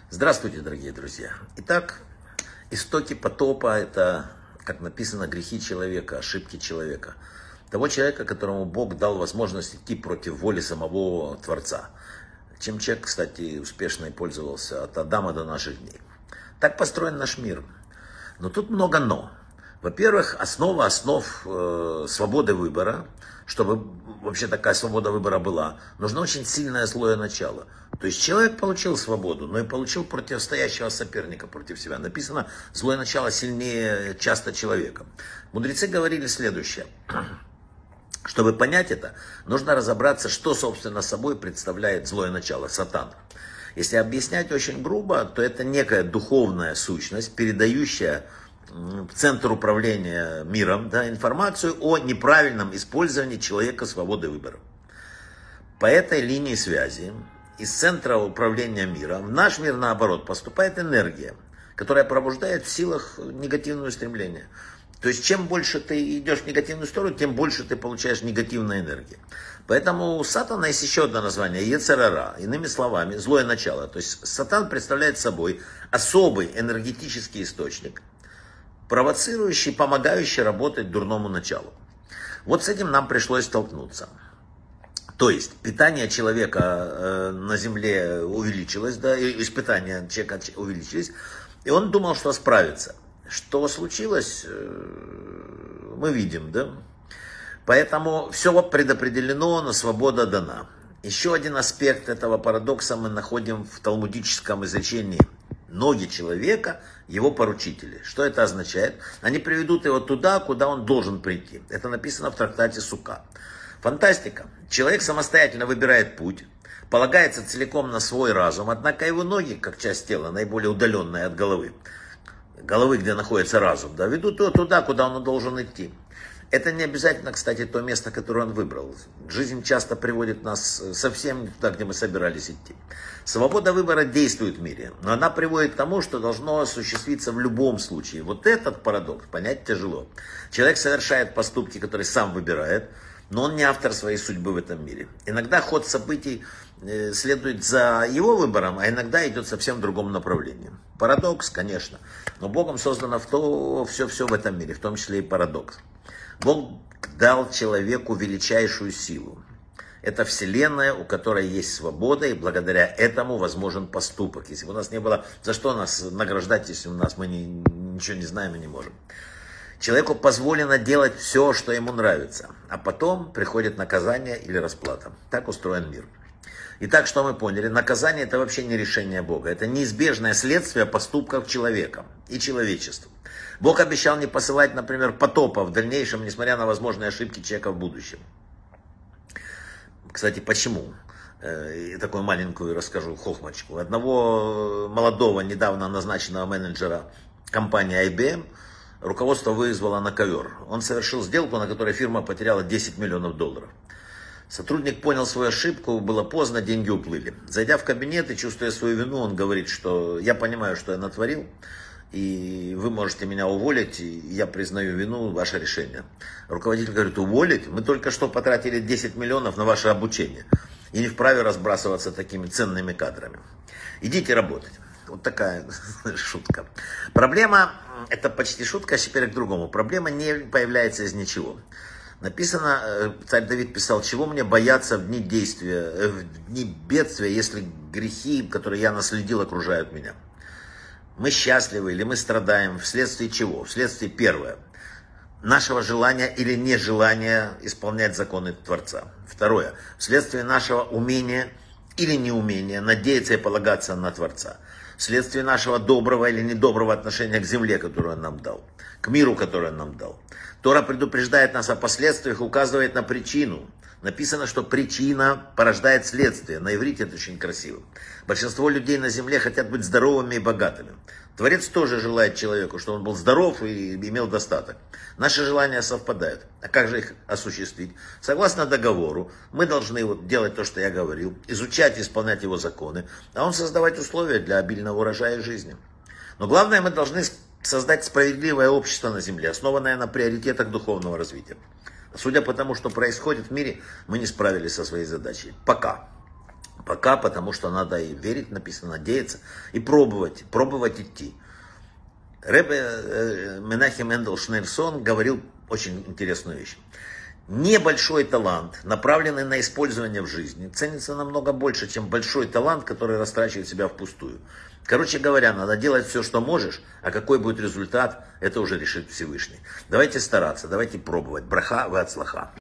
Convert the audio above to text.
Здравствуйте, дорогие друзья. Итак, истоки потопа – это, как написано, грехи человека, ошибки человека. Того человека, которому Бог дал возможность идти против воли самого Творца. Чем человек, кстати, успешно и пользовался от Адама до наших дней. Так построен наш мир. Но тут много «но». Во-первых, основа основ свободы выбора, чтобы вообще такая свобода выбора была, нужно очень сильное злое начало. То есть человек получил свободу, но и получил противостоящего соперника против себя. Написано, злое начало сильнее часто человека. Мудрецы говорили следующее. Чтобы понять это, нужно разобраться, что, собственно, собой представляет злое начало, сатана. Если объяснять очень грубо, то это некая духовная сущность, передающая в центр управления миром, информацию о неправильном использовании человека свободы выбора. По этой линии связи из центра управления миром в наш мир, наоборот, поступает энергия, которая пробуждает в силах негативное стремление. То есть, чем больше ты идешь в негативную сторону, тем больше ты получаешь негативной энергии. Поэтому у сатана есть еще одно название – йецер ара. Иными словами, злое начало. То есть, сатан представляет собой особый энергетический источник, провоцирующий, помогающий работать дурному началу. Вот с этим нам пришлось столкнуться. То есть, питание человека на земле увеличилось, испытания человека увеличились, и он думал, что справится. Что случилось, мы видим, Поэтому все предопределено, но свобода дана. Еще один аспект этого парадокса мы находим в талмудическом изречении. Ноги человека, его поручители. Что это означает? Они приведут его туда, куда он должен прийти. Это написано в трактате Сука. Фантастика. Человек самостоятельно выбирает путь, полагается целиком на свой разум, однако его ноги, как часть тела, наиболее удаленная от головы, где находится разум, ведут его туда, куда он должен идти. Это не обязательно, кстати, то место, которое он выбрал. Жизнь часто приводит нас совсем не туда, где мы собирались идти. Свобода выбора действует в мире, но она приводит к тому, что должно осуществиться в любом случае. Вот этот парадокс понять тяжело. Человек совершает поступки, которые сам выбирает, но он не автор своей судьбы в этом мире. Иногда ход событий следует за его выбором, а иногда идет совсем в другом направлении. Парадокс, конечно, но Богом создано все в этом мире, в том числе и парадокс. Бог дал человеку величайшую силу. Это вселенная, у которой есть свобода, и благодаря этому возможен поступок. Если бы у нас не было, за что нас награждать, если мы ничего не знаем и не можем. Человеку позволено делать все, что ему нравится, а потом приходит наказание или расплата. Так устроен мир. Итак, что мы поняли? Наказание – это вообще не решение Бога. Это неизбежное следствие поступков человека и человечества. Бог обещал не посылать, например, потопа в дальнейшем, несмотря на возможные ошибки человека в будущем. Кстати, почему? Такую маленькую расскажу хохмочку. Одного молодого, недавно назначенного менеджера компании IBM руководство вызвало на ковер. Он совершил сделку, на которой фирма потеряла $10 миллионов. Сотрудник понял свою ошибку, было поздно, деньги уплыли. Зайдя в кабинет и чувствуя свою вину, он говорит, что я понимаю, что я натворил, и вы можете меня уволить, и я признаю вину, ваше решение. Руководитель говорит, уволить? Мы только что потратили 10 миллионов на ваше обучение, и не вправе разбрасываться такими ценными кадрами. Идите работать. Вот такая шутка. Проблема, это почти шутка, а теперь к другому. Проблема не появляется из ничего. Написано, царь Давид писал, чего мне бояться в дни бедствия, если грехи, которые я наследил, окружают меня. Мы счастливы или мы страдаем, вследствие чего? Вследствие первое, нашего желания или нежелания исполнять законы Творца. Второе, вследствие нашего умения или неумения надеяться и полагаться на Творца. Вследствие нашего доброго или недоброго отношения к земле, которую Он нам дал, к миру, который Он нам дал. Тора предупреждает нас о последствиях, указывает на причину. Написано, что причина порождает следствие. На иврите это очень красиво. Большинство людей на земле хотят быть здоровыми и богатыми. Творец тоже желает человеку, чтобы он был здоров и имел достаток. Наши желания совпадают. А как же их осуществить? Согласно договору, мы должны делать то, что я говорил, изучать и исполнять его законы, а он создавать условия для обильного урожая жизни. Но главное, мы должны создать справедливое общество на земле, основанное на приоритетах духовного развития. Судя по тому, что происходит в мире, мы не справились со своей задачей. Пока. Пока, потому что надо и верить, написано, надеяться, и пробовать идти. Ребе Менахем Мендел Шнейрсон говорил очень интересную вещь. Небольшой талант, направленный на использование в жизни, ценится намного больше, чем большой талант, который растрачивает себя впустую. Короче говоря, надо делать все, что можешь, а какой будет результат, это уже решит Всевышний. Давайте стараться, давайте пробовать. Браха ве ацлаха.